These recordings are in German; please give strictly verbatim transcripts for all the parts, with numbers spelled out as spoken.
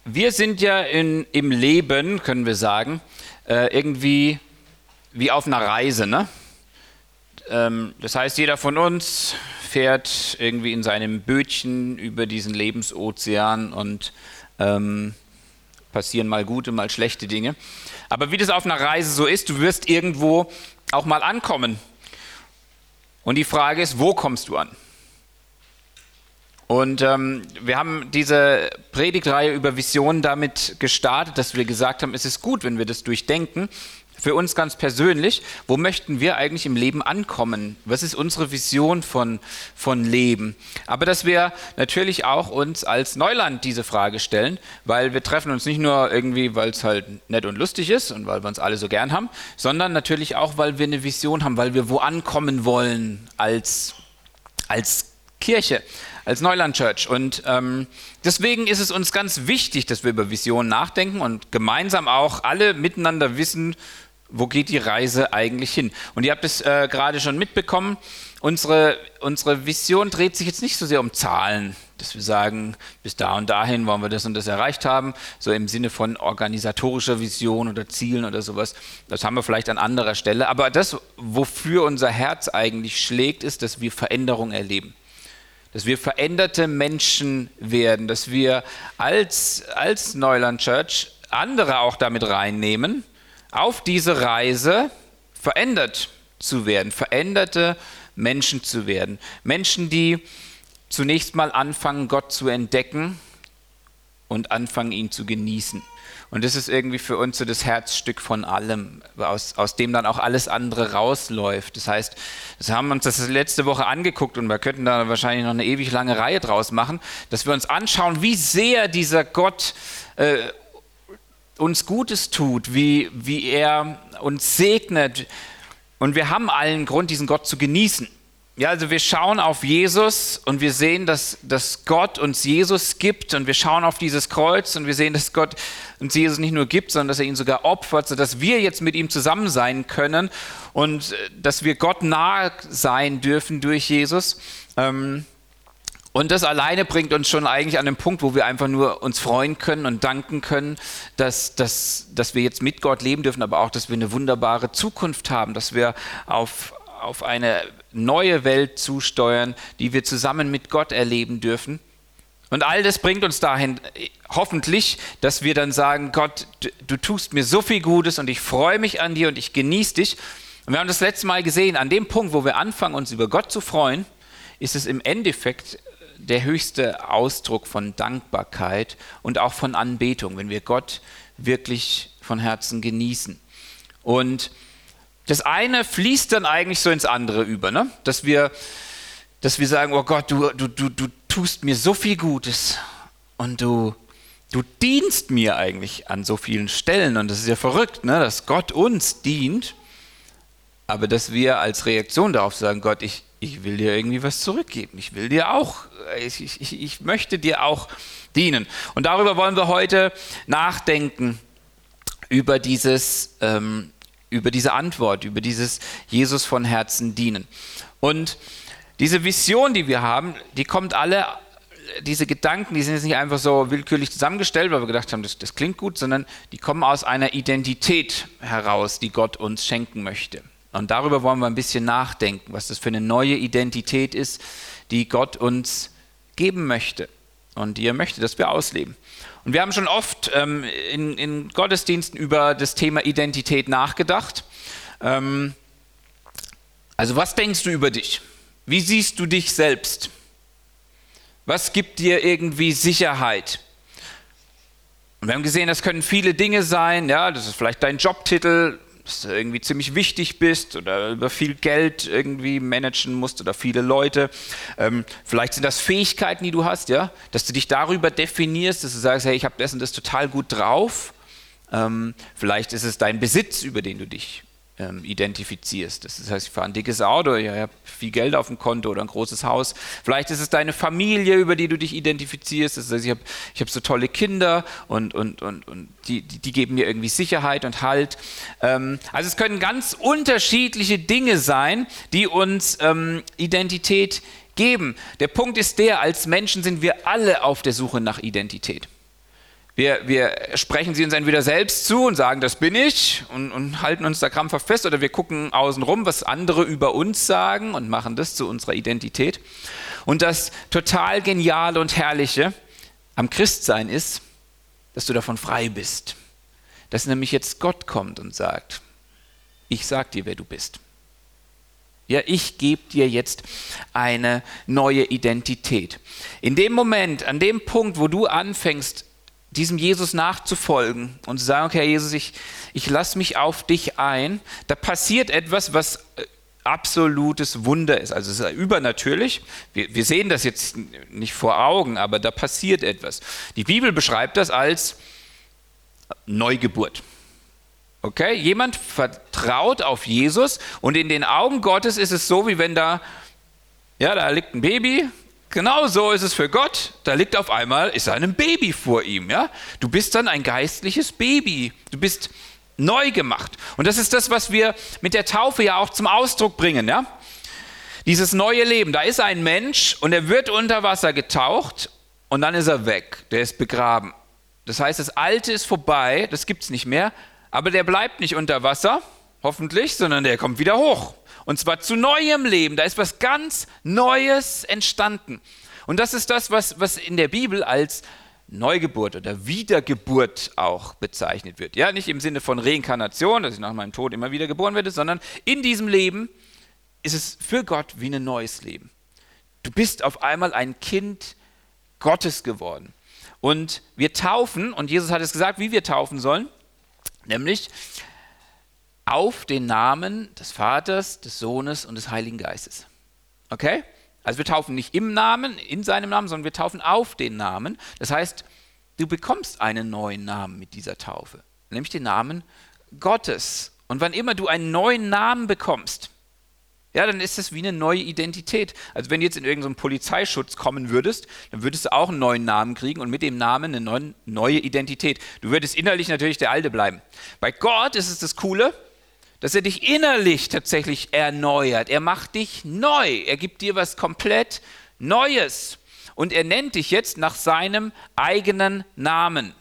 Wir sind ja in, im Leben, können wir sagen, äh, irgendwie wie auf einer Reise, ne? Ähm, das heißt, jeder von uns fährt irgendwie in seinem Bötchen über diesen Lebensozean und ähm, passieren mal gute, mal schlechte Dinge. Aber wie das auf einer Reise so ist, du wirst irgendwo auch mal ankommen. Und die Frage ist, wo kommst du an? Und ähm, wir haben diese Predigtreihe über Visionen damit gestartet, dass wir gesagt haben, es ist gut, wenn wir das durchdenken. Für uns ganz persönlich, wo möchten wir eigentlich im Leben ankommen? Was ist unsere Vision von, von Leben? Aber dass wir natürlich auch uns als Neuland diese Frage stellen, weil wir treffen uns nicht nur irgendwie, weil es halt nett und lustig ist und weil wir uns alle so gern haben, sondern natürlich auch, weil wir eine Vision haben, weil wir wo ankommen wollen als, als Kirche, als Neuland Church. Und ähm, deswegen ist es uns ganz wichtig, dass wir über Visionen nachdenken und gemeinsam auch alle miteinander wissen, wo geht die Reise eigentlich hin? Und ihr habt es äh, gerade schon mitbekommen, unsere, unsere Vision dreht sich jetzt nicht so sehr um Zahlen, dass wir sagen, bis da und dahin wollen wir das und das erreicht haben, so im Sinne von organisatorischer Vision oder Zielen oder sowas. Das haben wir vielleicht an anderer Stelle. Aber das, wofür unser Herz eigentlich schlägt, ist, dass wir Veränderung erleben. Dass wir veränderte Menschen werden, dass wir als, als Neuland Church andere auch damit reinnehmen, auf diese Reise verändert zu werden, veränderte Menschen zu werden. Menschen, die zunächst mal anfangen, Gott zu entdecken und anfangen, ihn zu genießen. Und das ist irgendwie für uns so das Herzstück von allem, aus, aus dem dann auch alles andere rausläuft. Das heißt, das haben wir uns das letzte Woche angeguckt und wir könnten da wahrscheinlich noch eine ewig lange Reihe draus machen, dass wir uns anschauen, wie sehr dieser Gott äh, uns Gutes tut, wie, wie er uns segnet. Und wir haben allen Grund, diesen Gott zu genießen. Ja, also wir schauen auf Jesus und wir sehen, dass, dass Gott uns Jesus gibt und wir schauen auf dieses Kreuz und wir sehen, dass Gott uns Jesus nicht nur gibt, sondern dass er ihn sogar opfert, sodass wir jetzt mit ihm zusammen sein können und dass wir Gott nahe sein dürfen durch Jesus. Ähm, Und das alleine bringt uns schon eigentlich an den Punkt, wo wir einfach nur uns freuen können und danken können, dass, dass, dass wir jetzt mit Gott leben dürfen, aber auch, dass wir eine wunderbare Zukunft haben, dass wir auf, auf eine neue Welt zusteuern, die wir zusammen mit Gott erleben dürfen. Und all das bringt uns dahin, hoffentlich, dass wir dann sagen, Gott, du, du tust mir so viel Gutes und ich freue mich an dir und ich genieße dich. Und wir haben das letzte Mal gesehen, an dem Punkt, wo wir anfangen, uns über Gott zu freuen, ist es im Endeffekt der höchste Ausdruck von Dankbarkeit und auch von Anbetung, wenn wir Gott wirklich von Herzen genießen. Und das eine fließt dann eigentlich so ins andere über, ne? Dass wir, dass wir sagen, oh Gott, du, du, du, du tust mir so viel Gutes und du, du dienst mir eigentlich an so vielen Stellen. Und das ist ja verrückt, ne? Dass Gott uns dient, aber dass wir als Reaktion darauf sagen, Gott, ich Ich will dir irgendwie was zurückgeben. Ich will dir auch, ich, ich, ich möchte dir auch dienen. Und darüber wollen wir heute nachdenken, über, dieses, ähm, über diese Antwort, über dieses Jesus von Herzen dienen. Und diese Vision, die wir haben, die kommt alle, diese Gedanken, die sind jetzt nicht einfach so willkürlich zusammengestellt, weil wir gedacht haben, das, das klingt gut, sondern die kommen aus einer Identität heraus, die Gott uns schenken möchte. Und darüber wollen wir ein bisschen nachdenken, was das für eine neue Identität ist, die Gott uns geben möchte und die er möchte, dass wir ausleben. Und wir haben schon oft ähm, in, in Gottesdiensten über das Thema Identität nachgedacht. Ähm, also was denkst du über dich? Wie siehst du dich selbst? Was gibt dir irgendwie Sicherheit? Und wir haben gesehen, das können viele Dinge sein. Ja, das ist vielleicht dein Jobtitel, dass du irgendwie ziemlich wichtig bist oder über viel Geld irgendwie managen musst oder viele Leute. Ähm, vielleicht sind das Fähigkeiten, die du hast, ja, dass du dich darüber definierst, dass du sagst, hey, ich habe das und das total gut drauf. Ähm, vielleicht ist es dein Besitz, über den du dich ähm, identifizierst. Das heißt, ich fahre ein dickes Auto, ich habe viel Geld auf dem Konto oder ein großes Haus. Vielleicht ist es deine Familie, über die du dich identifizierst. Das heißt, ich habe ich hab so tolle Kinder und, und, und, und die, die, die geben mir irgendwie Sicherheit und Halt. Ähm, also es können ganz unterschiedliche Dinge sein, die uns ähm, Identität geben. Der Punkt ist der, als Menschen sind wir alle auf der Suche nach Identität. Wir, wir sprechen sie uns entweder selbst zu und sagen, das bin ich und, und halten uns da krampfhaft fest, oder wir gucken außen rum, was andere über uns sagen und machen das zu unserer Identität. Und das total Geniale und Herrliche am Christsein ist, dass du davon frei bist. Dass nämlich jetzt Gott kommt und sagt, ich sag dir, wer du bist. Ja, ich gebe dir jetzt eine neue Identität. In dem Moment, an dem Punkt, wo du anfängst, diesem Jesus nachzufolgen und zu sagen, okay, Jesus, ich, ich lasse mich auf dich ein, da passiert etwas, was absolutes Wunder ist. Also es ist übernatürlich. Wir, wir sehen das jetzt nicht vor Augen, aber da passiert etwas. Die Bibel beschreibt das als Neugeburt. Okay, jemand vertraut auf Jesus und in den Augen Gottes ist es so, wie wenn da, ja, da liegt ein Baby. Genau so ist es für Gott. Da liegt auf einmal, ist ein Baby vor ihm. Ja? Du bist dann ein geistliches Baby. Du bist neu gemacht. Und das ist das, was wir mit der Taufe ja auch zum Ausdruck bringen. Ja? Dieses neue Leben. Da ist ein Mensch und er wird unter Wasser getaucht und dann ist er weg. Der ist begraben. Das heißt, das Alte ist vorbei, das gibt es nicht mehr. Aber der bleibt nicht unter Wasser, hoffentlich, sondern der kommt wieder hoch. Und zwar zu neuem Leben. Da ist was ganz Neues entstanden. Und das ist das, was, was in der Bibel als Neugeburt oder Wiedergeburt auch bezeichnet wird. Ja, nicht im Sinne von Reinkarnation, dass ich nach meinem Tod immer wieder geboren werde, sondern in diesem Leben ist es für Gott wie ein neues Leben. Du bist auf einmal ein Kind Gottes geworden. Und wir taufen, und Jesus hat es gesagt, wie wir taufen sollen, nämlich auf den Namen des Vaters, des Sohnes und des Heiligen Geistes. Okay? Also wir taufen nicht im Namen, in seinem Namen, sondern wir taufen auf den Namen. Das heißt, du bekommst einen neuen Namen mit dieser Taufe, nämlich den Namen Gottes. Und wann immer du einen neuen Namen bekommst, ja, dann ist es wie eine neue Identität. Also wenn du jetzt in irgendeinen Polizeischutz kommen würdest, dann würdest du auch einen neuen Namen kriegen und mit dem Namen eine neue, neue Identität. Du würdest innerlich natürlich der Alte bleiben. Bei Gott ist es das Coole, dass er dich innerlich tatsächlich erneuert. Er macht dich neu. Er gibt dir was komplett Neues. Und er nennt dich jetzt nach seinem eigenen Namen.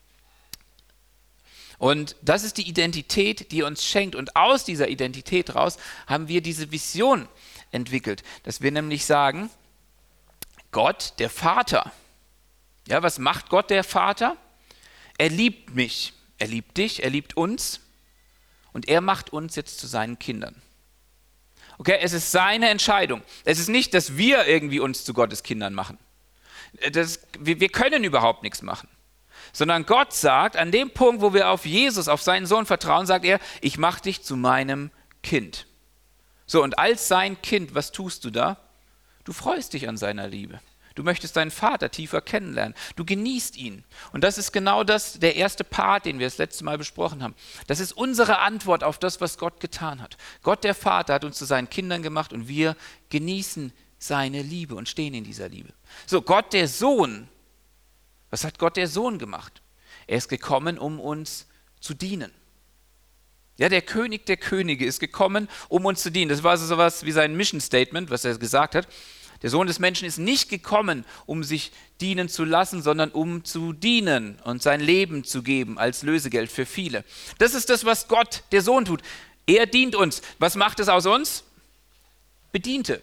Und das ist die Identität, die er uns schenkt. Und aus dieser Identität raus haben wir diese Vision entwickelt, dass wir nämlich sagen, Gott, der Vater. Ja, was macht Gott, der Vater? Er liebt mich, er liebt dich, er liebt uns und er macht uns jetzt zu seinen Kindern. Okay, es ist seine Entscheidung. Es ist nicht, dass wir irgendwie uns zu Gottes Kindern machen. Das, wir, wir können überhaupt nichts machen. Sondern Gott sagt, an dem Punkt, wo wir auf Jesus, auf seinen Sohn vertrauen, sagt er, ich mache dich zu meinem Kind. So, und als sein Kind, was tust du da? Du freust dich an seiner Liebe. Du möchtest deinen Vater tiefer kennenlernen. Du genießt ihn. Und das ist genau das, der erste Part, den wir das letzte Mal besprochen haben. Das ist unsere Antwort auf das, was Gott getan hat. Gott, der Vater, hat uns zu seinen Kindern gemacht und wir genießen seine Liebe und stehen in dieser Liebe. So, Gott, der Sohn. Was hat Gott, der Sohn, gemacht? Er ist gekommen, um uns zu dienen. Ja, der König der Könige ist gekommen, um uns zu dienen. Das war so sowas wie sein Mission Statement, was er gesagt hat. Der Sohn des Menschen ist nicht gekommen, um sich dienen zu lassen, sondern um zu dienen und sein Leben zu geben als Lösegeld für viele. Das ist das, was Gott, der Sohn, tut. Er dient uns. Was macht es aus uns? Bediente.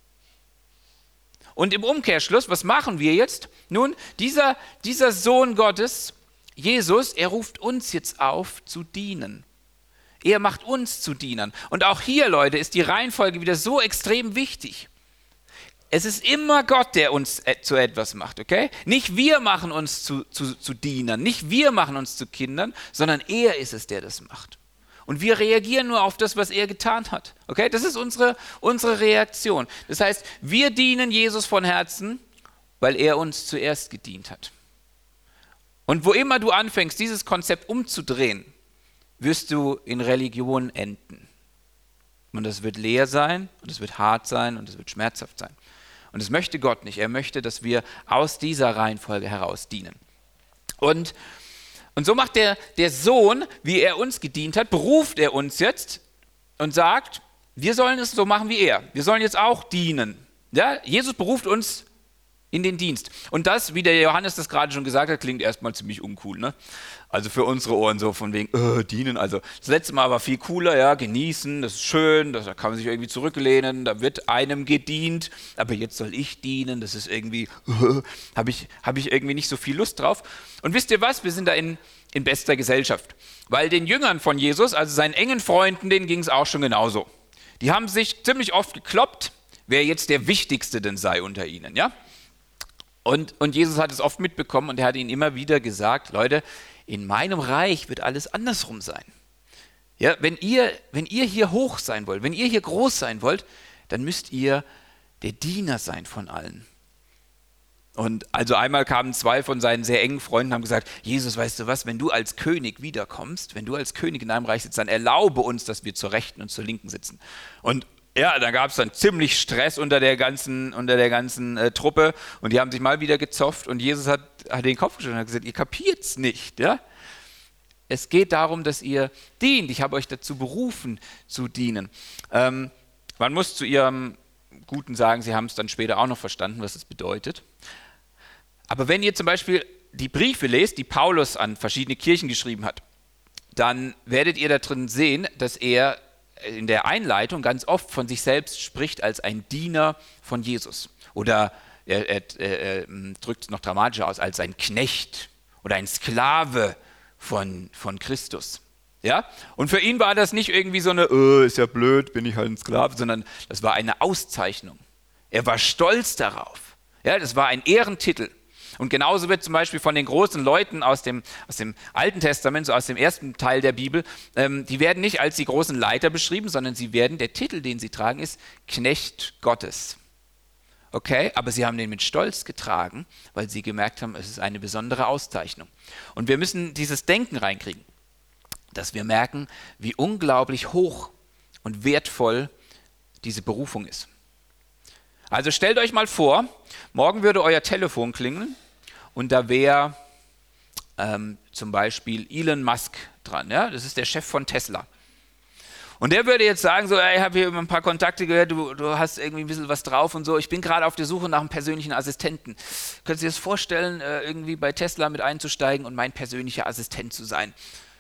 Und im Umkehrschluss, was machen wir jetzt? Nun, dieser, dieser Sohn Gottes, Jesus, er ruft uns jetzt auf zu dienen. Er macht uns zu Dienern. Und auch hier, Leute, ist die Reihenfolge wieder so extrem wichtig. Es ist immer Gott, der uns zu etwas macht, okay? Nicht wir machen uns zu, zu, zu Dienern, nicht wir machen uns zu Kindern, sondern er ist es, der das macht. Und wir reagieren nur auf das, was er getan hat. Okay, das ist unsere, unsere Reaktion. Das heißt, wir dienen Jesus von Herzen, weil er uns zuerst gedient hat. Und wo immer du anfängst, dieses Konzept umzudrehen, wirst du in Religion enden. Und das wird leer sein, und es wird hart sein, und es wird schmerzhaft sein. Und das möchte Gott nicht. Er möchte, dass wir aus dieser Reihenfolge heraus dienen. Und Und so macht der, der Sohn, wie er uns gedient hat, beruft er uns jetzt und sagt, wir sollen es so machen wie er. Wir sollen jetzt auch dienen. Ja? Jesus beruft uns In den Dienst. Und das, wie der Johannes das gerade schon gesagt hat, klingt erstmal ziemlich uncool, ne? Also für unsere Ohren so von wegen, äh, dienen. Also das letzte Mal war viel cooler, ja, genießen, das ist schön, das, da kann man sich irgendwie zurücklehnen, da wird einem gedient, aber jetzt soll ich dienen, das ist irgendwie, äh, habe ich, hab ich irgendwie nicht so viel Lust drauf. Und wisst ihr was, wir sind da in, in bester Gesellschaft. Weil den Jüngern von Jesus, also seinen engen Freunden, denen ging es auch schon genauso. Die haben sich ziemlich oft gekloppt, wer jetzt der Wichtigste denn sei unter ihnen, ja? Und, und Jesus hat es oft mitbekommen und er hat ihnen immer wieder gesagt, Leute, in meinem Reich wird alles andersrum sein. Ja, wenn ihr, wenn ihr hier hoch sein wollt, wenn ihr hier groß sein wollt, dann müsst ihr der Diener sein von allen. Und also einmal kamen zwei von seinen sehr engen Freunden und haben gesagt, Jesus, weißt du was, wenn du als König wiederkommst, wenn du als König in deinem Reich sitzt, dann erlaube uns, dass wir zur Rechten und zur Linken sitzen. Und ja, da gab es dann ziemlich Stress unter der ganzen, unter der ganzen äh, Truppe und die haben sich mal wieder gezopft und Jesus hat, hat den Kopf geschüttelt und hat gesagt, ihr kapiert's nicht, ja? Es geht darum, dass ihr dient. Ich habe euch dazu berufen, zu dienen. Ähm, man muss zu ihrem Guten sagen, sie haben es dann später auch noch verstanden, was es bedeutet. Aber wenn ihr zum Beispiel die Briefe lest, die Paulus an verschiedene Kirchen geschrieben hat, dann werdet ihr da drin sehen, dass er in der Einleitung ganz oft von sich selbst spricht als ein Diener von Jesus. Oder er, er, er, er drückt es noch dramatischer aus, als ein Knecht oder ein Sklave von, von Christus. Ja? Und für ihn war das nicht irgendwie so eine, äh, ist ja blöd, bin ich halt ein Sklave, sondern das war eine Auszeichnung. Er war stolz darauf. Ja, das war ein Ehrentitel. Und genauso wird zum Beispiel von den großen Leuten aus dem, aus dem Alten Testament, so aus dem ersten Teil der Bibel, ähm, die werden nicht als die großen Leiter beschrieben, sondern sie werden, der Titel, den sie tragen, ist Knecht Gottes. Okay, aber sie haben den mit Stolz getragen, weil sie gemerkt haben, es ist eine besondere Auszeichnung. Und wir müssen dieses Denken reinkriegen, dass wir merken, wie unglaublich hoch und wertvoll diese Berufung ist. Also stellt euch mal vor, morgen würde euer Telefon klingeln und da wäre ähm, zum Beispiel Elon Musk dran. Ja? Das ist der Chef von Tesla. Und der würde jetzt sagen, so, ey, ich habe hier ein paar Kontakte gehört, du, du hast irgendwie ein bisschen was drauf und so. Ich bin gerade auf der Suche nach einem persönlichen Assistenten. Könnt ihr sich das vorstellen, äh, irgendwie bei Tesla mit einzusteigen und mein persönlicher Assistent zu sein?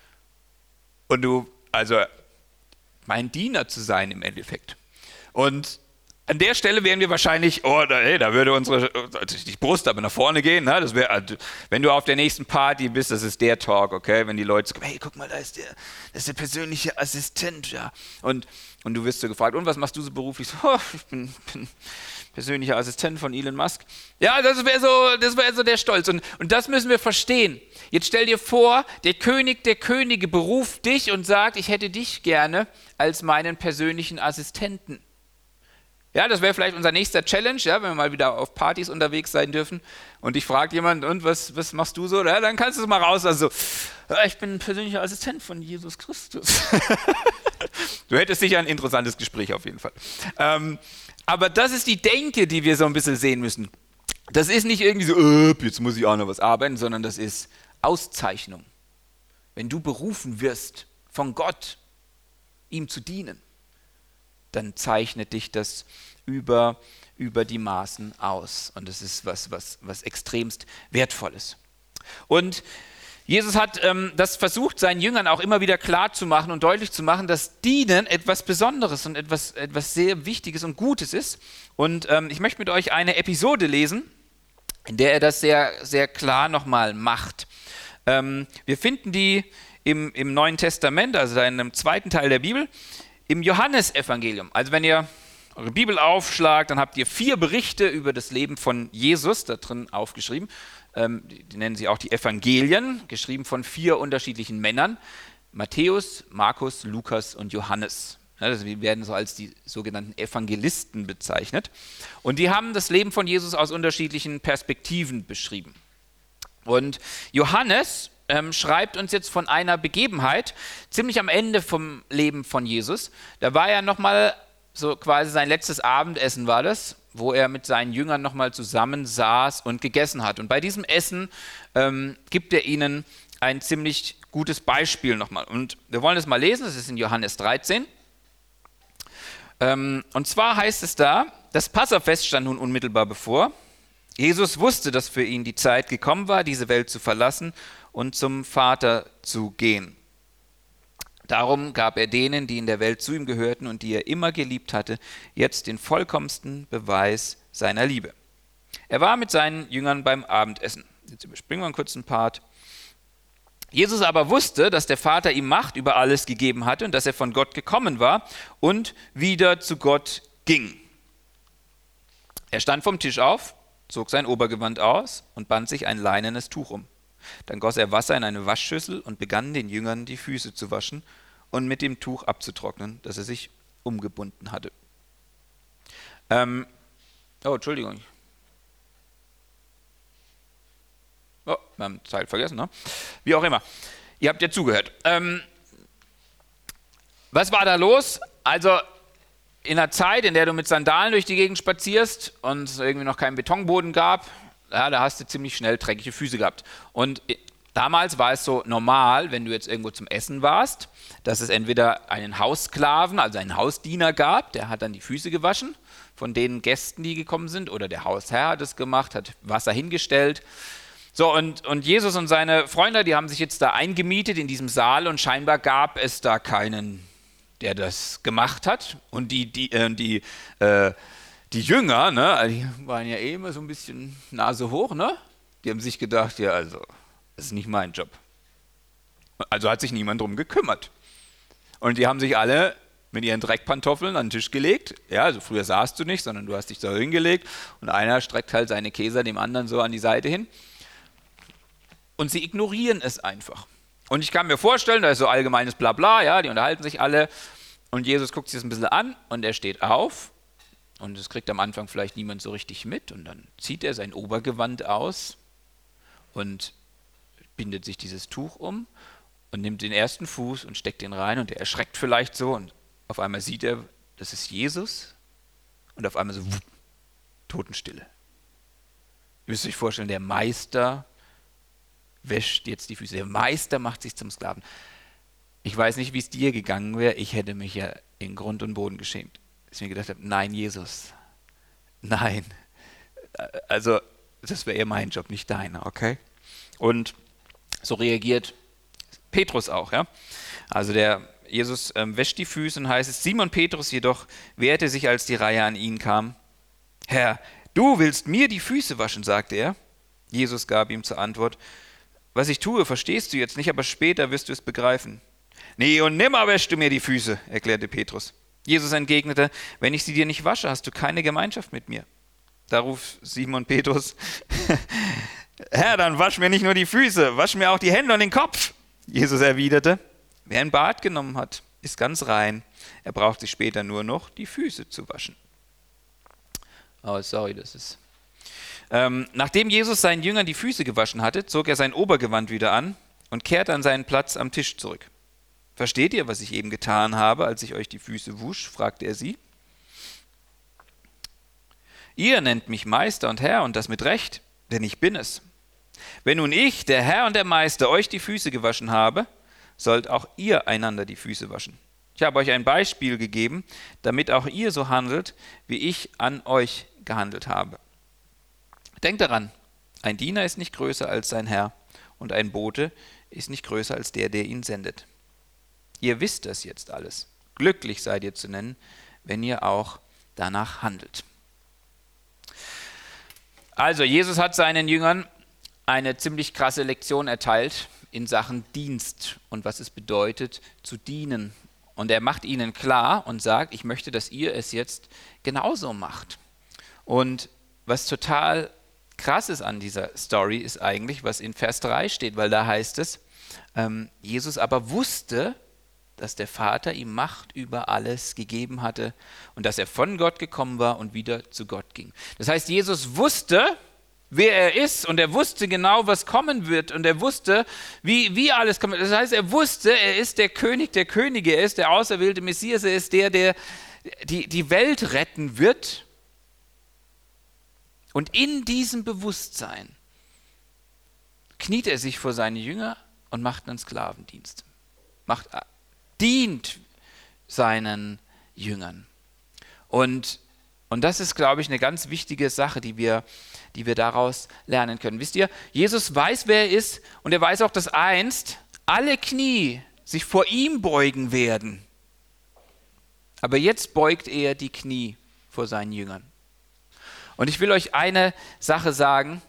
Und du, also mein Diener zu sein im Endeffekt. Und an der Stelle wären wir wahrscheinlich, oh, da, hey, da würde unsere die Brust aber nach vorne gehen. Ne? Das wär, wenn du auf der nächsten Party bist, das ist der Talk, okay? Wenn die Leute sagen, hey, guck mal, da ist der, das ist der persönliche Assistent. Ja. Und, und du wirst so gefragt, und was machst du so beruflich? So, oh, ich bin, bin persönlicher Assistent von Elon Musk. Ja, das wäre so, das wär so der Stolz. Und, und das müssen wir verstehen. Jetzt stell dir vor, der König der Könige beruft dich und sagt, ich hätte dich gerne als meinen persönlichen Assistenten. Ja, das wäre vielleicht unser nächster Challenge, ja, wenn wir mal wieder auf Partys unterwegs sein dürfen und dich fragt jemand, und was, was machst du so? Ja, dann kannst du es mal raus. Also, ich bin ein persönlicher Assistent von Jesus Christus. Du hättest sicher ein interessantes Gespräch auf jeden Fall. Ähm, aber das ist die Denke, die wir so ein bisschen sehen müssen. Das ist nicht irgendwie so, äh, jetzt muss ich auch noch was arbeiten, sondern das ist Auszeichnung. Wenn du berufen wirst von Gott, ihm zu dienen, dann zeichnet dich das über, über die Maßen aus. Und das ist was, was, was extremst Wertvolles. Und Jesus hat ähm, das versucht, seinen Jüngern auch immer wieder klar zu machen und deutlich zu machen, dass Dienen etwas Besonderes und etwas, etwas sehr Wichtiges und Gutes ist. Und ähm, ich möchte mit euch eine Episode lesen, in der er das sehr, sehr klar nochmal macht. Ähm, wir finden die im, im Neuen Testament, also in einem zweiten Teil der Bibel, im Johannesevangelium. Also wenn ihr eure Bibel aufschlagt, dann habt ihr vier Berichte über das Leben von Jesus da drin aufgeschrieben. Ähm, die, die nennen sie auch die Evangelien, geschrieben von vier unterschiedlichen Männern. Matthäus, Markus, Lukas und Johannes. Ja, also die werden so als die sogenannten Evangelisten bezeichnet. Und die haben das Leben von Jesus aus unterschiedlichen Perspektiven beschrieben. Und Johannes ähm, schreibt uns jetzt von einer Begebenheit, ziemlich am Ende vom Leben von Jesus. Da war ja nochmal so quasi sein letztes Abendessen war das, wo er mit seinen Jüngern nochmal zusammen saß und gegessen hat. Und bei diesem Essen ähm, gibt er ihnen ein ziemlich gutes Beispiel nochmal. Und wir wollen das mal lesen, das ist in Johannes dreizehn. Ähm, und zwar heißt es da, das Passafest stand nun unmittelbar bevor. Jesus wusste, dass für ihn die Zeit gekommen war, diese Welt zu verlassen und zum Vater zu gehen. Darum gab er denen, die in der Welt zu ihm gehörten und die er immer geliebt hatte, jetzt den vollkommensten Beweis seiner Liebe. Er war mit seinen Jüngern beim Abendessen. Jetzt überspringen wir einen kurzen Part. Jesus aber wusste, dass der Vater ihm Macht über alles gegeben hatte und dass er von Gott gekommen war und wieder zu Gott ging. Er stand vom Tisch auf, zog sein Obergewand aus und band sich ein leinenes Tuch um. Dann goss er Wasser in eine Waschschüssel und begann den Jüngern die Füße zu waschen und mit dem Tuch abzutrocknen, das er sich umgebunden hatte. Ähm, oh, Entschuldigung. Oh, wir haben einen Teil vergessen, ne? Wie auch immer. Ihr habt ja zugehört. Ähm, was war da los? Also in einer Zeit, in der du mit Sandalen durch die Gegend spazierst und es irgendwie noch keinen Betonboden gab, ja, da hast du ziemlich schnell dreckige Füße gehabt. Und damals war es so normal, wenn du jetzt irgendwo zum Essen warst, dass es entweder einen Haussklaven, also einen Hausdiener gab, der hat dann die Füße gewaschen von den Gästen, die gekommen sind, oder der Hausherr hat es gemacht, hat Wasser hingestellt. So, und, und Jesus und seine Freunde, die haben sich jetzt da eingemietet in diesem Saal und scheinbar gab es da keinen, der das gemacht hat. Und die, die, äh, die, äh, die Jünger, ne, die waren ja eh immer so ein bisschen Nase hoch, ne? Die haben sich gedacht, ja, also, das ist nicht mein Job. Also hat sich niemand drum gekümmert. Und die haben sich alle mit ihren Dreckpantoffeln an den Tisch gelegt. Ja, also früher saßt du nicht, sondern du hast dich so hingelegt und einer streckt halt seine Käser dem anderen so an die Seite hin. Und sie ignorieren es einfach. Und ich kann mir vorstellen, da ist so allgemeines Blabla, ja, die unterhalten sich alle. Und Jesus guckt sich das ein bisschen an und er steht auf. Und das kriegt am Anfang vielleicht niemand so richtig mit. Und dann zieht er sein Obergewand aus und bindet sich dieses Tuch um und nimmt den ersten Fuß und steckt den rein. Und er erschreckt vielleicht so. Und auf einmal sieht er, das ist Jesus. Und auf einmal so, wupp, Totenstille. Ihr müsst euch vorstellen, der Meister wäscht jetzt die Füße. Der Meister macht sich zum Sklaven. Ich weiß nicht, wie es dir gegangen wäre. Ich hätte mich ja in Grund und Boden geschämt. Dass ich mir gedacht habe, nein, Jesus, nein. Also, das wäre eher mein Job, nicht deiner, okay? Und so reagiert Petrus auch, ja? Also der Jesus ähm, wäscht die Füße und heißt es, Simon Petrus jedoch wehrte sich, als die Reihe an ihn kam. Herr, du willst mir die Füße waschen, sagte er. Jesus gab ihm zur Antwort, was ich tue, verstehst du jetzt nicht, aber später wirst du es begreifen. Nee, und nimmer wäschst du mir die Füße, erklärte Petrus. Jesus entgegnete, wenn ich sie dir nicht wasche, hast du keine Gemeinschaft mit mir. Da ruft Simon Petrus, Herr, dann wasch mir nicht nur die Füße, wasch mir auch die Hände und den Kopf. Jesus erwiderte, wer ein Bad genommen hat, ist ganz rein. Er braucht sich später nur noch die Füße zu waschen. Oh, sorry, das ist... Ähm, nachdem Jesus seinen Jüngern die Füße gewaschen hatte, zog er sein Obergewand wieder an und kehrte an seinen Platz am Tisch zurück. Versteht ihr, was ich eben getan habe, als ich euch die Füße wusch? Fragte er sie. Ihr nennt mich Meister und Herr und das mit Recht, denn ich bin es. Wenn nun ich, der Herr und der Meister, euch die Füße gewaschen habe, sollt auch ihr einander die Füße waschen. Ich habe euch ein Beispiel gegeben, damit auch ihr so handelt, wie ich an euch gehandelt habe. Denkt daran, ein Diener ist nicht größer als sein Herr und ein Bote ist nicht größer als der, der ihn sendet. Ihr wisst das jetzt alles. Glücklich seid ihr zu nennen, wenn ihr auch danach handelt. Also, Jesus hat seinen Jüngern eine ziemlich krasse Lektion erteilt in Sachen Dienst und was es bedeutet, zu dienen. Und er macht ihnen klar und sagt, ich möchte, dass ihr es jetzt genauso macht. Und was total krass ist an dieser Story, ist eigentlich, was in Vers drei steht, weil da heißt es, ähm, Jesus aber wusste, dass der Vater ihm Macht über alles gegeben hatte und dass er von Gott gekommen war und wieder zu Gott ging. Das heißt, Jesus wusste, wer er ist und er wusste genau, was kommen wird und er wusste, wie, wie alles kommt. Das heißt, er wusste, er ist der König der Könige, er ist der auserwählte Messias, er ist der, der die, die Welt retten wird. Und in diesem Bewusstsein kniet er sich vor seine Jünger und macht einen Sklavendienst. Macht, dient seinen Jüngern. Und Und das ist, glaube ich, eine ganz wichtige Sache, die wir, die wir daraus lernen können. Wisst ihr, Jesus weiß, wer er ist und er weiß auch, dass einst alle Knie sich vor ihm beugen werden. Aber jetzt beugt er die Knie vor seinen Jüngern. Und ich will euch eine Sache sagen.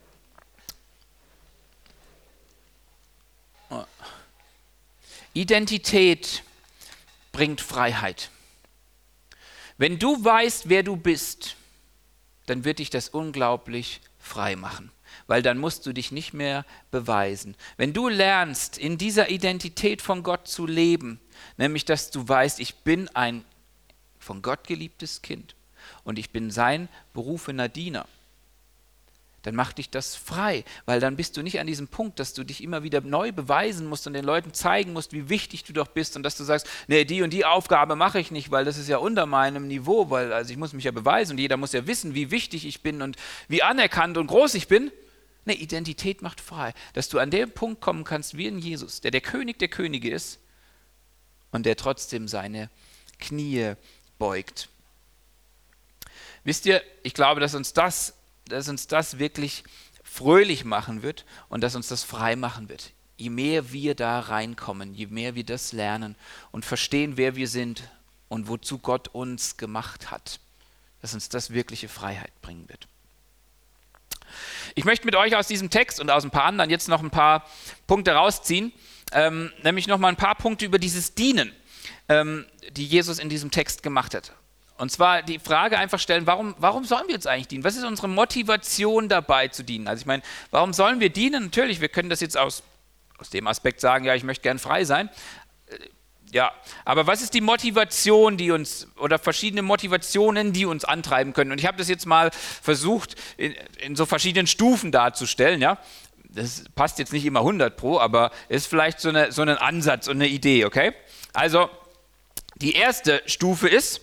Identität bringt Freiheit. Wenn du weißt, wer du bist, dann wird dich das unglaublich frei machen, weil dann musst du dich nicht mehr beweisen. Wenn du lernst, in dieser Identität von Gott zu leben, nämlich dass du weißt, ich bin ein von Gott geliebtes Kind und ich bin sein berufener Diener, dann macht dich das frei, weil dann bist du nicht an diesem Punkt, dass du dich immer wieder neu beweisen musst und den Leuten zeigen musst, wie wichtig du doch bist und dass du sagst, nee, die und die Aufgabe mache ich nicht, weil das ist ja unter meinem Niveau, weil also ich muss mich ja beweisen und jeder muss ja wissen, wie wichtig ich bin und wie anerkannt und groß ich bin. Nee, Identität macht frei, dass du an den Punkt kommen kannst wie in Jesus, der der König der Könige ist und der trotzdem seine Knie beugt. Wisst ihr, ich glaube, dass uns das dass uns das wirklich fröhlich machen wird und dass uns das frei machen wird. Je mehr wir da reinkommen, je mehr wir das lernen und verstehen, wer wir sind und wozu Gott uns gemacht hat, dass uns das wirkliche Freiheit bringen wird. Ich möchte mit euch aus diesem Text und aus ein paar anderen jetzt noch ein paar Punkte rausziehen, ähm, nämlich noch mal ein paar Punkte über dieses Dienen, ähm, die Jesus in diesem Text gemacht hat. Und zwar die Frage einfach stellen, warum, warum sollen wir jetzt eigentlich dienen? Was ist unsere Motivation dabei zu dienen? Also ich meine, warum sollen wir dienen? Natürlich, wir können das jetzt aus, aus dem Aspekt sagen, ja, ich möchte gern frei sein. Ja, aber was ist die Motivation, die uns, oder verschiedene Motivationen, die uns antreiben können? Und ich habe das jetzt mal versucht, in, in so verschiedenen Stufen darzustellen, ja. Das passt jetzt nicht immer hundert pro, aber ist vielleicht so, eine, so ein Ansatz und eine Idee, okay? Also, die erste Stufe ist,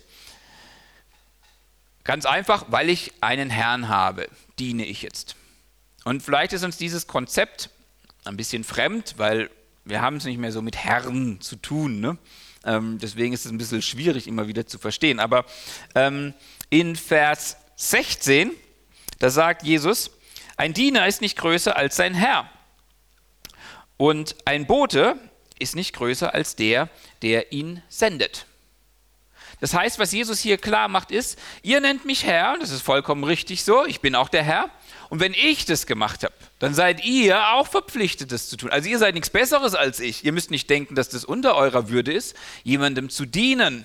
ganz einfach, weil ich einen Herrn habe, diene ich jetzt. Und vielleicht ist uns dieses Konzept ein bisschen fremd, weil wir haben es nicht mehr so mit Herren zu tun. Ne? Ähm, deswegen ist es ein bisschen schwierig immer wieder zu verstehen. Aber ähm, in Vers sechzehn, da sagt Jesus, ein Diener ist nicht größer als sein Herr. Und ein Bote ist nicht größer als der, der ihn sendet. Das heißt, was Jesus hier klar macht, ist, ihr nennt mich Herr, das ist vollkommen richtig so, ich bin auch der Herr. Und wenn ich das gemacht habe, dann seid ihr auch verpflichtet, das zu tun. Also ihr seid nichts Besseres als ich. Ihr müsst nicht denken, dass das unter eurer Würde ist, jemandem zu dienen.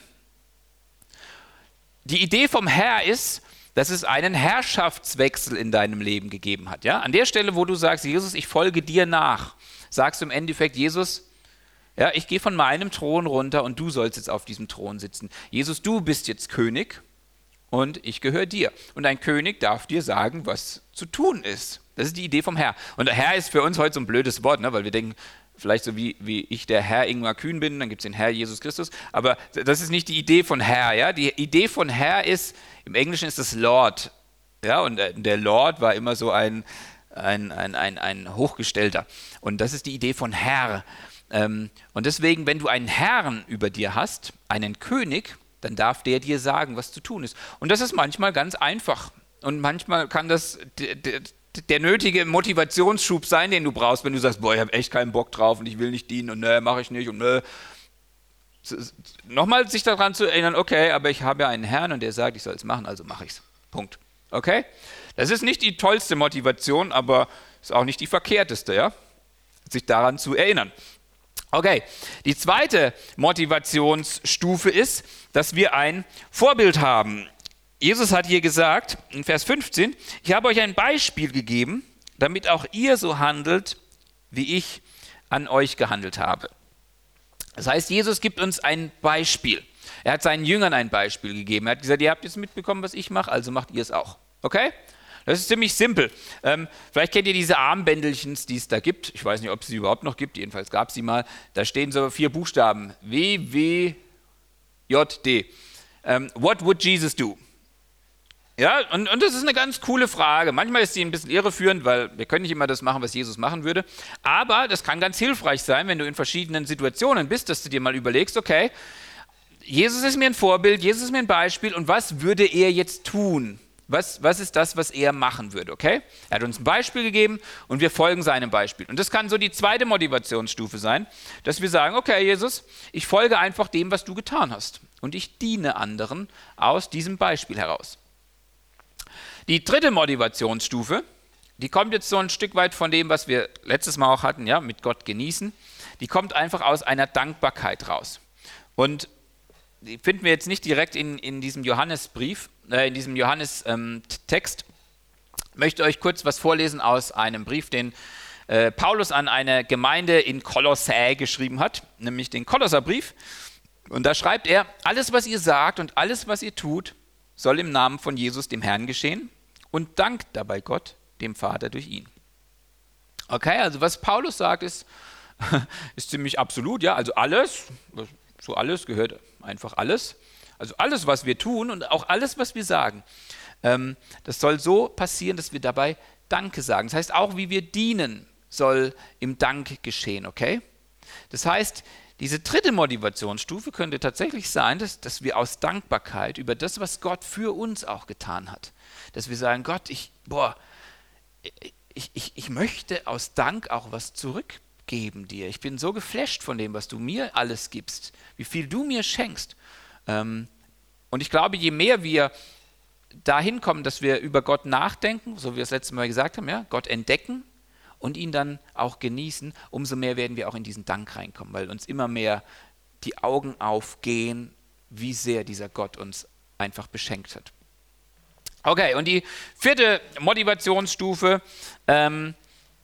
Die Idee vom Herr ist, dass es einen Herrschaftswechsel in deinem Leben gegeben hat. Ja? An der Stelle, wo du sagst, Jesus, ich folge dir nach, sagst du im Endeffekt, Jesus, ja, ich gehe von meinem Thron runter und du sollst jetzt auf diesem Thron sitzen. Jesus, du bist jetzt König und ich gehöre dir. Und ein König darf dir sagen, was zu tun ist. Das ist die Idee vom Herr. Und der Herr ist für uns heute so ein blödes Wort, ne? Weil wir denken, vielleicht so wie, wie ich der Herr Ingmar Kühn bin, dann gibt es den Herr Jesus Christus. Aber das ist nicht die Idee von Herr. Ja? Die Idee von Herr ist, im Englischen ist das Lord. Ja? Und der Lord war immer so ein, ein, ein, ein, ein Hochgestellter. Und das ist die Idee von Herr. Und deswegen, wenn du einen Herrn über dir hast, einen König, dann darf der dir sagen, was zu tun ist. Und das ist manchmal ganz einfach. Und manchmal kann das der, der, der nötige Motivationsschub sein, den du brauchst, wenn du sagst, boah, ich habe echt keinen Bock drauf und ich will nicht dienen und ne, mache ich nicht und ne. Nochmal sich daran zu erinnern, okay, aber ich habe ja einen Herrn und der sagt, ich soll es machen, also mache ich es. Punkt. Okay? Das ist nicht die tollste Motivation, aber ist auch nicht die verkehrteste, ja? Sich daran zu erinnern. Okay, die zweite Motivationsstufe ist, dass wir ein Vorbild haben. Jesus hat hier gesagt, in Vers fünfzehn, ich habe euch ein Beispiel gegeben, damit auch ihr so handelt, wie ich an euch gehandelt habe. Das heißt, Jesus gibt uns ein Beispiel. Er hat seinen Jüngern ein Beispiel gegeben. Er hat gesagt, ihr habt jetzt mitbekommen, was ich mache, also macht ihr es auch. Okay? Das ist ziemlich simpel. Ähm, vielleicht kennt ihr diese Armbändelchens, die es da gibt. Ich weiß nicht, ob es sie überhaupt noch gibt. Jedenfalls gab es sie mal. Da stehen so vier Buchstaben. W W J D. Ähm, what would Jesus do? Ja, und, und das ist eine ganz coole Frage. Manchmal ist sie ein bisschen irreführend, weil wir können nicht immer das machen, was Jesus machen würde. Aber das kann ganz hilfreich sein, wenn du in verschiedenen Situationen bist, dass du dir mal überlegst, okay, Jesus ist mir ein Vorbild, Jesus ist mir ein Beispiel und was würde er jetzt tun? Was, was ist das, was er machen würde, okay? Er hat uns ein Beispiel gegeben und wir folgen seinem Beispiel. Und das kann so die zweite Motivationsstufe sein, dass wir sagen, okay, Jesus, ich folge einfach dem, was du getan hast. Und ich diene anderen aus diesem Beispiel heraus. Die dritte Motivationsstufe, die kommt jetzt so ein Stück weit von dem, was wir letztes Mal auch hatten, ja, mit Gott genießen. Die kommt einfach aus einer Dankbarkeit raus. Und die finden wir jetzt nicht direkt in, in diesem Johannesbrief, äh, in diesem Johannes-Text. Ich möchte euch kurz was vorlesen aus einem Brief, den äh, Paulus an eine Gemeinde in Kolossä geschrieben hat, nämlich den Kolosserbrief. Und da schreibt er, alles, was ihr sagt und alles, was ihr tut, soll im Namen von Jesus, dem Herrn, geschehen und dankt dabei Gott, dem Vater, durch ihn. Okay, also was Paulus sagt, ist, ist ziemlich absolut, ja, also alles, so alles gehört einfach alles, also alles, was wir tun und auch alles, was wir sagen, ähm, das soll so passieren, dass wir dabei Danke sagen. Das heißt, auch wie wir dienen, soll im Dank geschehen, okay? Das heißt, diese dritte Motivationsstufe könnte tatsächlich sein, dass, dass wir aus Dankbarkeit über das, was Gott für uns auch getan hat, dass wir sagen, Gott, ich, boah, ich, ich, ich möchte aus Dank auch was zurückgeben dir. Ich bin so geflasht von dem, was du mir alles gibst, wie viel du mir schenkst. Ähm, und ich glaube, je mehr wir dahin kommen, dass wir über Gott nachdenken, so wie wir es letztes Mal gesagt haben, ja, Gott entdecken, und ihn dann auch genießen, umso mehr werden wir auch in diesen Dank reinkommen, weil uns immer mehr die Augen aufgehen, wie sehr dieser Gott uns einfach beschenkt hat. Okay, und die vierte Motivationsstufe, ähm,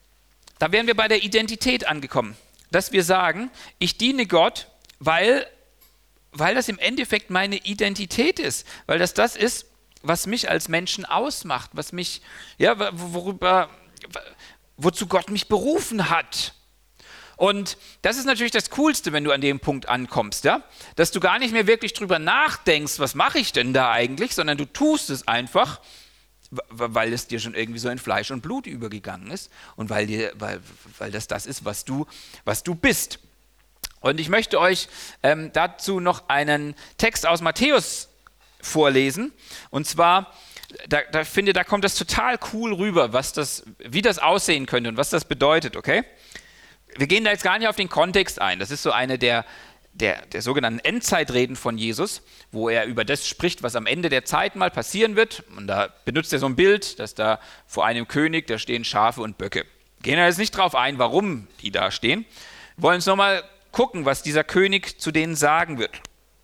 da wären wir bei der Identität angekommen, dass wir sagen, ich diene Gott, weil, weil das im Endeffekt meine Identität ist, weil das das ist, was mich als Menschen ausmacht, was mich, ja, worüber... wozu Gott mich berufen hat. Und das ist natürlich das Coolste, wenn du an dem Punkt ankommst, ja? Dass du gar nicht mehr wirklich drüber nachdenkst, was mache ich denn da eigentlich, sondern du tust es einfach, weil es dir schon irgendwie so in Fleisch und Blut übergegangen ist und weil, dir, weil, weil das das ist, was du, was du bist. Und ich möchte euch ähm, dazu noch einen Text aus Matthäus vorlesen, und zwar Da, da finde, da kommt das total cool rüber, was das, wie das aussehen könnte und was das bedeutet, okay? Wir gehen da jetzt gar nicht auf den Kontext ein. Das ist so eine der, der, der sogenannten Endzeitreden von Jesus, wo er über das spricht, was am Ende der Zeit mal passieren wird. Und da benutzt er so ein Bild, dass da vor einem König, da stehen Schafe und Böcke. Gehen wir jetzt nicht drauf ein, warum die da stehen. Wir wollen uns nochmal gucken, was dieser König zu denen sagen wird.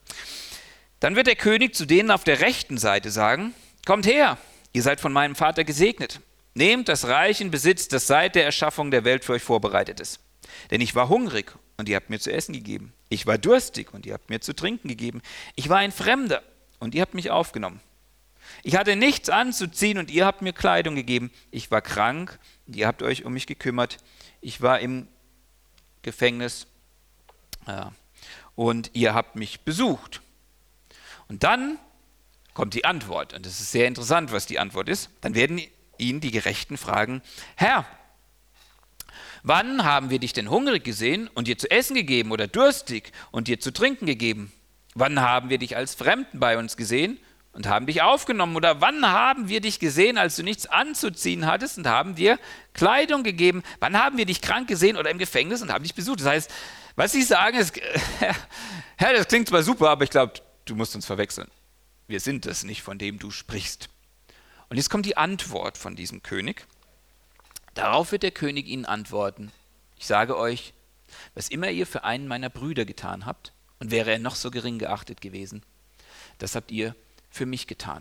Dann wird der König zu denen auf der rechten Seite sagen: Kommt her, ihr seid von meinem Vater gesegnet. Nehmt das Reich in Besitz, das seit der Erschaffung der Welt für euch vorbereitet ist. Denn ich war hungrig und ihr habt mir zu essen gegeben. Ich war durstig und ihr habt mir zu trinken gegeben. Ich war ein Fremder und ihr habt mich aufgenommen. Ich hatte nichts anzuziehen und ihr habt mir Kleidung gegeben. Ich war krank und ihr habt euch um mich gekümmert. Ich war im Gefängnis ja, und ihr habt mich besucht. Und dann kommt die Antwort. Und es ist sehr interessant, was die Antwort ist. Dann werden ihn die Gerechten fragen: Herr, wann haben wir dich denn hungrig gesehen und dir zu essen gegeben oder durstig und dir zu trinken gegeben? Wann haben wir dich als Fremden bei uns gesehen und haben dich aufgenommen? Oder wann haben wir dich gesehen, als du nichts anzuziehen hattest und haben dir Kleidung gegeben? Wann haben wir dich krank gesehen oder im Gefängnis und haben dich besucht? Das heißt, was sie sagen ist, Herr, das klingt zwar super, aber ich glaube, du musst uns verwechseln. Wir sind es nicht, von dem du sprichst. Und jetzt kommt die Antwort von diesem König. Darauf wird der König ihnen antworten: Ich sage euch, was immer ihr für einen meiner Brüder getan habt, und wäre er noch so gering geachtet gewesen, das habt ihr für mich getan.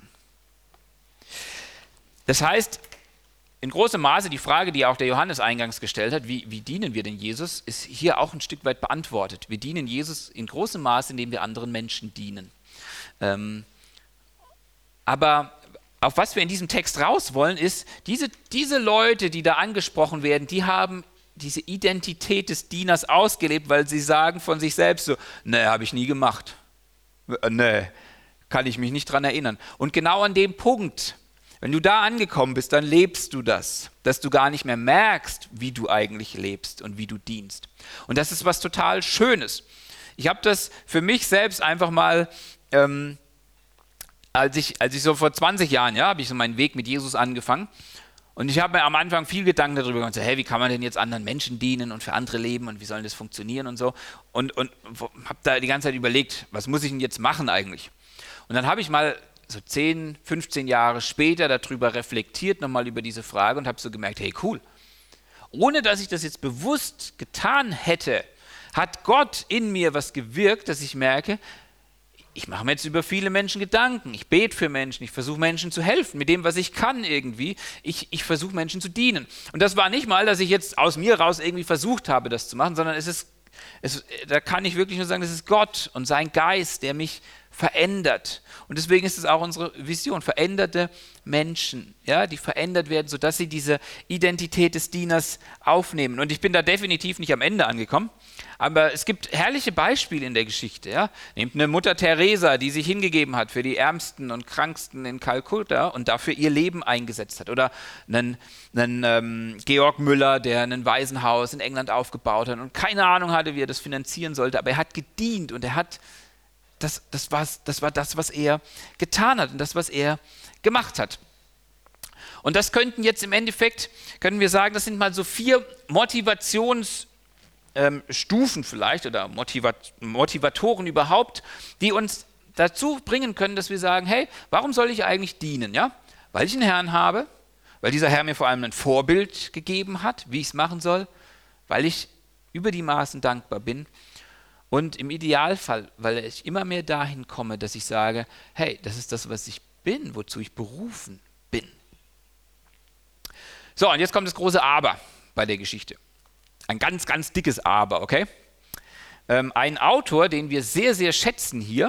Das heißt, in großem Maße die Frage, die auch der Johannes eingangs gestellt hat, wie, wie dienen wir denn Jesus, ist hier auch ein Stück weit beantwortet. Wir dienen Jesus in großem Maße, indem wir anderen Menschen dienen. Ähm, Aber auf was wir in diesem Text raus wollen, ist, diese, diese Leute, die da angesprochen werden, die haben diese Identität des Dieners ausgelebt, weil sie sagen von sich selbst so: Nee, habe ich nie gemacht. Nee, kann ich mich nicht dran erinnern. Und genau an dem Punkt, wenn du da angekommen bist, dann lebst du das, dass du gar nicht mehr merkst, wie du eigentlich lebst und wie du dienst. Und das ist was total Schönes. Ich habe das für mich selbst einfach mal, ähm, als ich, als ich so vor zwanzig Jahren, ja, habe ich so meinen Weg mit Jesus angefangen. Und ich habe mir am Anfang viel Gedanken darüber gemacht, so, hey, wie kann man denn jetzt anderen Menschen dienen und für andere leben und wie soll das funktionieren und so. Und, und habe da die ganze Zeit überlegt, was muss ich denn jetzt machen eigentlich? Und dann habe ich mal so zehn, fünfzehn Jahre später darüber reflektiert, nochmal über diese Frage und habe so gemerkt, hey, cool. Ohne dass ich das jetzt bewusst getan hätte, hat Gott in mir was gewirkt, dass ich merke, ich mache mir jetzt über viele Menschen Gedanken, ich bete für Menschen, ich versuche Menschen zu helfen, mit dem, was ich kann irgendwie, ich, ich versuche Menschen zu dienen. Und das war nicht mal, dass ich jetzt aus mir raus irgendwie versucht habe, das zu machen, sondern es ist, es, da kann ich wirklich nur sagen, das ist Gott und sein Geist, der mich verändert. Und deswegen ist es auch unsere Vision, veränderte Menschen, ja, die verändert werden, sodass sie diese Identität des Dieners aufnehmen. Und ich bin da definitiv nicht am Ende angekommen, aber es gibt herrliche Beispiele in der Geschichte. Ja. Nehmt eine Mutter Teresa, die sich hingegeben hat für die Ärmsten und Kranksten in Kalkutta und dafür ihr Leben eingesetzt hat. Oder einen, einen ähm, Georg Müller, der ein Waisenhaus in England aufgebaut hat und keine Ahnung hatte, wie er das finanzieren sollte, aber er hat gedient und er hat Das, das, war, das war das, was er getan hat und das, was er gemacht hat. Und das könnten jetzt im Endeffekt, können wir sagen, das sind mal so vier Motivationsstufen ähm, vielleicht oder Motivat, Motivatoren überhaupt, die uns dazu bringen können, dass wir sagen, hey, warum soll ich eigentlich dienen? Ja? Weil ich einen Herrn habe, weil dieser Herr mir vor allem ein Vorbild gegeben hat, wie ich es machen soll, weil ich über die Maßen dankbar bin. Und im Idealfall, weil ich immer mehr dahin komme, dass ich sage, hey, das ist das, was ich bin, wozu ich berufen bin. So, und jetzt kommt das große Aber bei der Geschichte. Ein ganz, ganz dickes Aber, okay? Ähm, ein Autor, den wir sehr, sehr schätzen hier,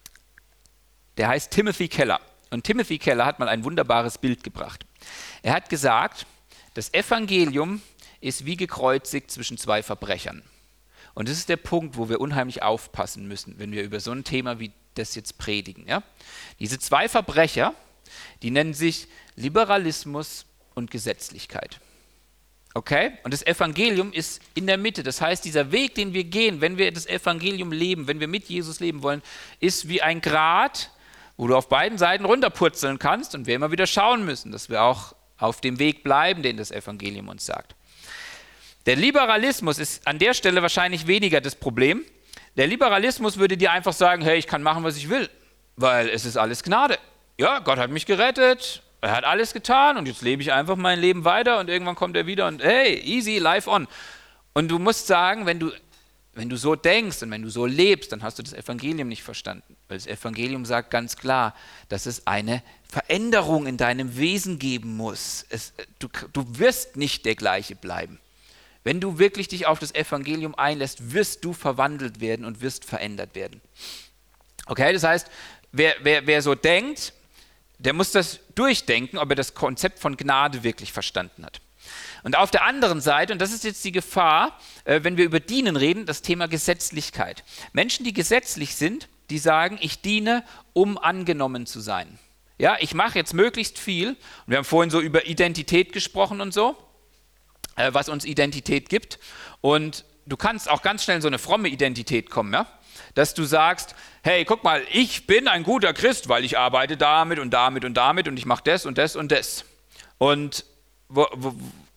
der heißt Timothy Keller. Und Timothy Keller hat mal ein wunderbares Bild gebracht. Er hat gesagt, das Evangelium ist wie gekreuzigt zwischen zwei Verbrechern. Und das ist der Punkt, wo wir unheimlich aufpassen müssen, wenn wir über so ein Thema wie das jetzt predigen. Ja? Diese zwei Verbrecher, die nennen sich Liberalismus und Gesetzlichkeit. Okay? Und das Evangelium ist in der Mitte. Das heißt, dieser Weg, den wir gehen, wenn wir das Evangelium leben, wenn wir mit Jesus leben wollen, ist wie ein Grat, wo du auf beiden Seiten runterpurzeln kannst und wir immer wieder schauen müssen, dass wir auch auf dem Weg bleiben, den das Evangelium uns sagt. Der Liberalismus ist an der Stelle wahrscheinlich weniger das Problem. Der Liberalismus würde dir einfach sagen, hey, ich kann machen, was ich will, weil es ist alles Gnade. Ja, Gott hat mich gerettet, er hat alles getan und jetzt lebe ich einfach mein Leben weiter und irgendwann kommt er wieder und hey, easy, life on. Und du musst sagen, wenn du, wenn du so denkst und wenn du so lebst, dann hast du das Evangelium nicht verstanden. Weil das Evangelium sagt ganz klar, dass es eine Veränderung in deinem Wesen geben muss. Es, du, du wirst nicht der gleiche bleiben. Wenn du wirklich dich auf das Evangelium einlässt, wirst du verwandelt werden und wirst verändert werden. Okay, das heißt, wer, wer, wer so denkt, der muss das durchdenken, ob er das Konzept von Gnade wirklich verstanden hat. Und auf der anderen Seite, und das ist jetzt die Gefahr, äh, wenn wir über Dienen reden, das Thema Gesetzlichkeit. Menschen, die gesetzlich sind, die sagen, ich diene, um angenommen zu sein. Ja, ich mache jetzt möglichst viel. Und wir haben vorhin so über Identität gesprochen und so, äh, was uns Identität gibt. Und du kannst auch ganz schnell in so eine fromme Identität kommen, ja? Dass du sagst, hey, guck mal, ich bin ein guter Christ, weil ich arbeite damit und damit und damit und ich mache das und das und das. Und wo, wo,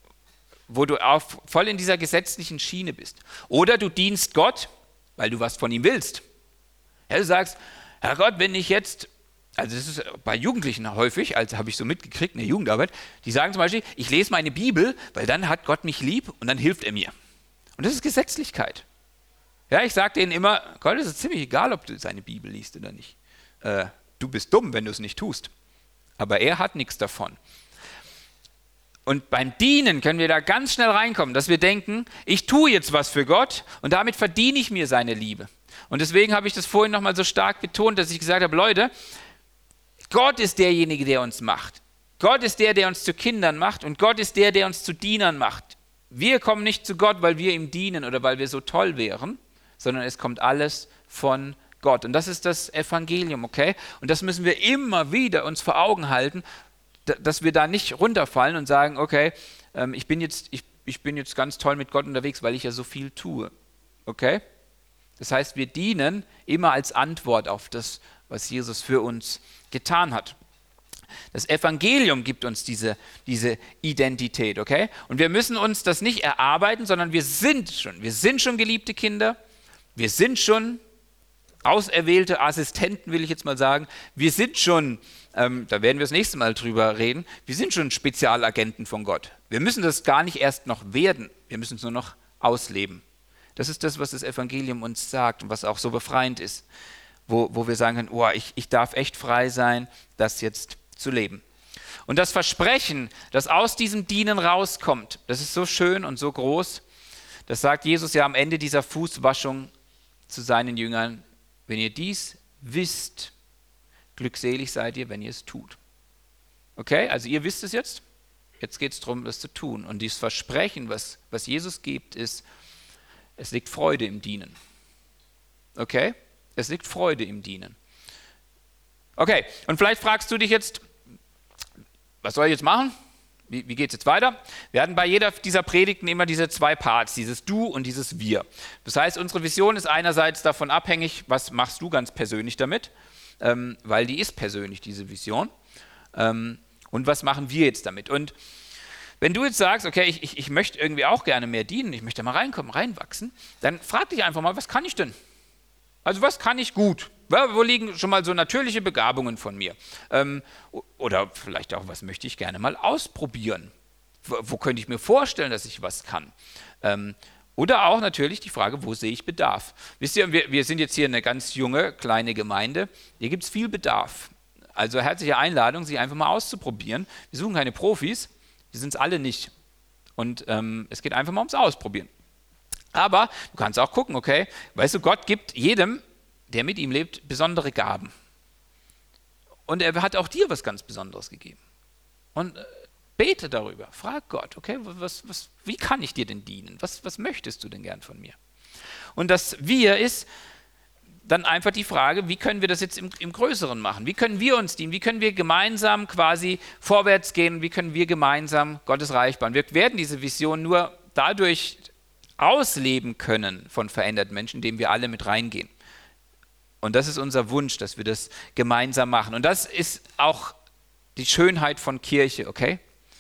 wo du auch voll in dieser gesetzlichen Schiene bist. Oder du dienst Gott, weil du was von ihm willst. Ja, du sagst, Herr Gott, wenn ich jetzt, also das ist bei Jugendlichen häufig, also habe ich so mitgekriegt in der Jugendarbeit, die sagen zum Beispiel, ich lese meine Bibel, weil dann hat Gott mich lieb und dann hilft er mir. Und das ist Gesetzlichkeit. Ja, ich sage denen immer, Gott, es ist ziemlich egal, ob du seine Bibel liest oder nicht. Äh, du bist dumm, wenn du es nicht tust. Aber er hat nichts davon. Und beim Dienen können wir da ganz schnell reinkommen, dass wir denken, ich tue jetzt was für Gott und damit verdiene ich mir seine Liebe. Und deswegen habe ich das vorhin nochmal so stark betont, dass ich gesagt habe, Leute, Gott ist derjenige, der uns macht. Gott ist der, der uns zu Kindern macht und Gott ist der, der uns zu Dienern macht. Wir kommen nicht zu Gott, weil wir ihm dienen oder weil wir so toll wären, sondern es kommt alles von Gott. Und das ist das Evangelium, okay? Und das müssen wir immer wieder uns vor Augen halten, dass wir da nicht runterfallen und sagen, okay, ähm, ich bin jetzt, ich, ich bin jetzt ganz toll mit Gott unterwegs, weil ich ja so viel tue. Okay? Das heißt, wir dienen immer als Antwort auf das, was Jesus für uns getan hat. Das Evangelium gibt uns diese, diese Identität, okay? Und wir müssen uns das nicht erarbeiten, sondern wir sind schon, wir sind schon geliebte Kinder, wir sind schon auserwählte Assistenten, will ich jetzt mal sagen. Wir sind schon, ähm, da werden wir das nächste Mal drüber reden, wir sind schon Spezialagenten von Gott. Wir müssen das gar nicht erst noch werden, wir müssen es nur noch ausleben. Das ist das, was das Evangelium uns sagt und was auch so befreiend ist, wo, wo wir sagen können, oh, ich, ich darf echt frei sein, das jetzt zu leben. Und das Versprechen, das aus diesem Dienen rauskommt, das ist so schön und so groß, das sagt Jesus ja am Ende dieser Fußwaschung zu seinen Jüngern, wenn ihr dies wisst, glückselig seid ihr, wenn ihr es tut. Okay, also ihr wisst es jetzt, jetzt geht es darum, das zu tun. Und dieses Versprechen, was, was Jesus gibt, ist, es liegt Freude im Dienen. Okay, es liegt Freude im Dienen. Okay, und vielleicht fragst du dich jetzt, was soll ich jetzt machen? Wie, wie geht es jetzt weiter? Wir hatten bei jeder dieser Predigten immer diese zwei Parts, dieses Du und dieses Wir. Das heißt, unsere Vision ist einerseits davon abhängig, was machst du ganz persönlich damit, ähm, weil die ist persönlich, diese Vision. Ähm, und was machen wir jetzt damit? Und wenn du jetzt sagst, okay, ich, ich, ich möchte irgendwie auch gerne mehr dienen, ich möchte mal reinkommen, reinwachsen, dann frag dich einfach mal, was kann ich denn? Also was kann ich gut? Wo liegen schon mal so natürliche Begabungen von mir? Ähm, oder vielleicht auch, was möchte ich gerne mal ausprobieren? Wo, wo könnte ich mir vorstellen, dass ich was kann? Ähm, oder auch natürlich die Frage, wo sehe ich Bedarf? Wisst ihr, wir, wir sind jetzt hier eine ganz junge, kleine Gemeinde. Hier gibt es viel Bedarf. Also herzliche Einladung, sich einfach mal auszuprobieren. Wir suchen keine Profis, wir sind es alle nicht. Und ähm, es geht einfach mal ums Ausprobieren. Aber du kannst auch gucken, okay, weißt du, Gott gibt jedem, der mit ihm lebt, besondere Gaben. Und er hat auch dir was ganz Besonderes gegeben. Und äh, bete darüber, frag Gott, okay, was, was, wie kann ich dir denn dienen? Was, was möchtest du denn gern von mir? Und das Wir ist dann einfach die Frage, wie können wir das jetzt im, im Größeren machen? Wie können wir uns dienen? Wie können wir gemeinsam quasi vorwärts gehen? Wie können wir gemeinsam Gottes Reich bauen? Wir werden diese Vision nur dadurch ausleben können von veränderten Menschen, indem wir alle mit reingehen. Und das ist unser Wunsch, dass wir das gemeinsam machen. Und das ist auch die Schönheit von Kirche, okay?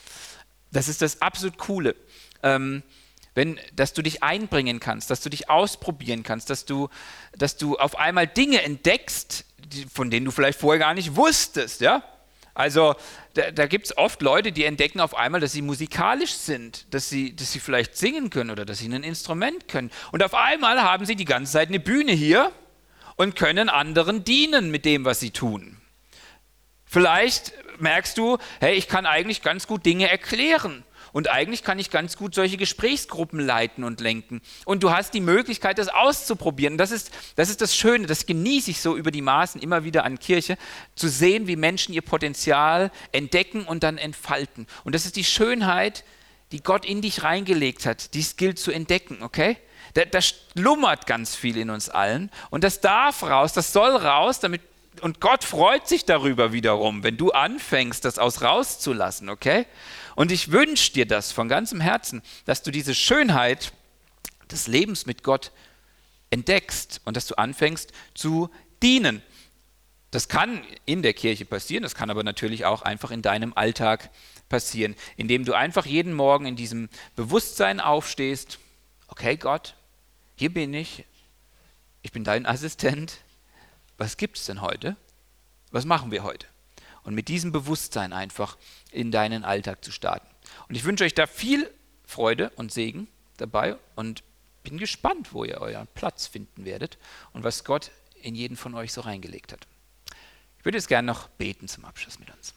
Das ist das absolut Coole, ähm, wenn, dass du dich einbringen kannst, dass du dich ausprobieren kannst, dass du, dass du auf einmal Dinge entdeckst, die, von denen du vielleicht vorher gar nicht wusstest, ja? Also da, da gibt es oft Leute, die entdecken auf einmal, dass sie musikalisch sind, dass sie, dass sie vielleicht singen können oder dass sie ein Instrument können. Und auf einmal haben sie die ganze Zeit eine Bühne hier und können anderen dienen mit dem, was sie tun. Vielleicht merkst du, hey, ich kann eigentlich ganz gut Dinge erklären. Und eigentlich kann ich ganz gut solche Gesprächsgruppen leiten und lenken. Und du hast die Möglichkeit, das auszuprobieren. Das ist, das ist das Schöne, das genieße ich so über die Maßen immer wieder an Kirche, zu sehen, wie Menschen ihr Potenzial entdecken und dann entfalten. Und das ist die Schönheit, die Gott in dich reingelegt hat. Dies gilt zu entdecken, okay? Da, da schlummert ganz viel in uns allen. Und das darf raus, das soll raus, damit. Und Gott freut sich darüber wiederum, wenn du anfängst, das aus rauszulassen, okay? Und ich wünsche dir das von ganzem Herzen, dass du diese Schönheit des Lebens mit Gott entdeckst und dass du anfängst zu dienen. Das kann in der Kirche passieren, das kann aber natürlich auch einfach in deinem Alltag passieren, indem du einfach jeden Morgen in diesem Bewusstsein aufstehst, okay Gott, hier bin ich, ich bin dein Assistent, was gibt es denn heute? Was machen wir heute? Und mit diesem Bewusstsein einfach in deinen Alltag zu starten. Und ich wünsche euch da viel Freude und Segen dabei und bin gespannt, wo ihr euren Platz finden werdet und was Gott in jeden von euch so reingelegt hat. Ich würde jetzt gerne noch beten zum Abschluss mit uns.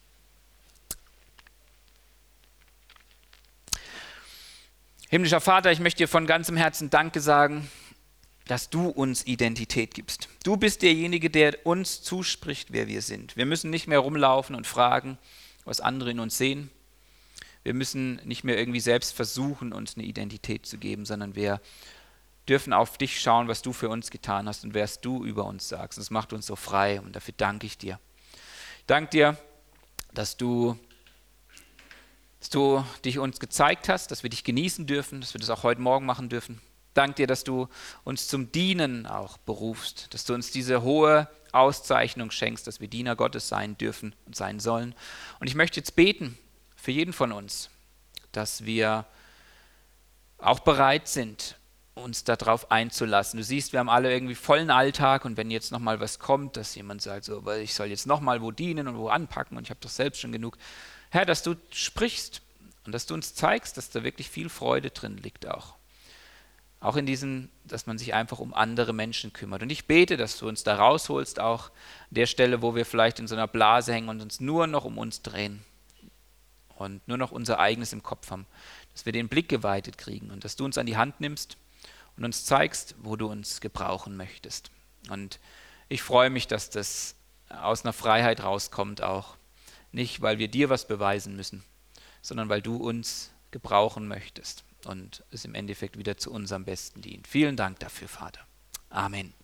Himmlischer Vater, ich möchte dir von ganzem Herzen Danke sagen, dass du uns Identität gibst. Du bist derjenige, der uns zuspricht, wer wir sind. Wir müssen nicht mehr rumlaufen und fragen, was andere in uns sehen. Wir müssen nicht mehr irgendwie selbst versuchen, uns eine Identität zu geben, sondern wir dürfen auf dich schauen, was du für uns getan hast und was du über uns sagst. Das macht uns so frei und dafür danke ich dir. Ich danke dir, dass du, dass du dich uns gezeigt hast, dass wir dich genießen dürfen, dass wir das auch heute Morgen machen dürfen. Dank dir, dass du uns zum Dienen auch berufst, dass du uns diese hohe Auszeichnung schenkst, dass wir Diener Gottes sein dürfen und sein sollen. Und ich möchte jetzt beten für jeden von uns, dass wir auch bereit sind, uns darauf einzulassen. Du siehst, wir haben alle irgendwie vollen Alltag und wenn jetzt nochmal was kommt, dass jemand sagt, so, aber ich soll jetzt nochmal wo dienen und wo anpacken und ich habe doch selbst schon genug. Herr, dass du sprichst und dass du uns zeigst, dass da wirklich viel Freude drin liegt auch. Auch in diesen, dass man sich einfach um andere Menschen kümmert. Und ich bete, dass du uns da rausholst, auch an der Stelle, wo wir vielleicht in so einer Blase hängen und uns nur noch um uns drehen und nur noch unser Eigenes im Kopf haben. Dass wir den Blick geweitet kriegen und dass du uns an die Hand nimmst und uns zeigst, wo du uns gebrauchen möchtest. Und ich freue mich, dass das aus einer Freiheit rauskommt auch. Nicht, weil wir dir was beweisen müssen, sondern weil du uns gebrauchen möchtest und es im Endeffekt wieder zu unserem Besten dient. Vielen Dank dafür, Vater. Amen.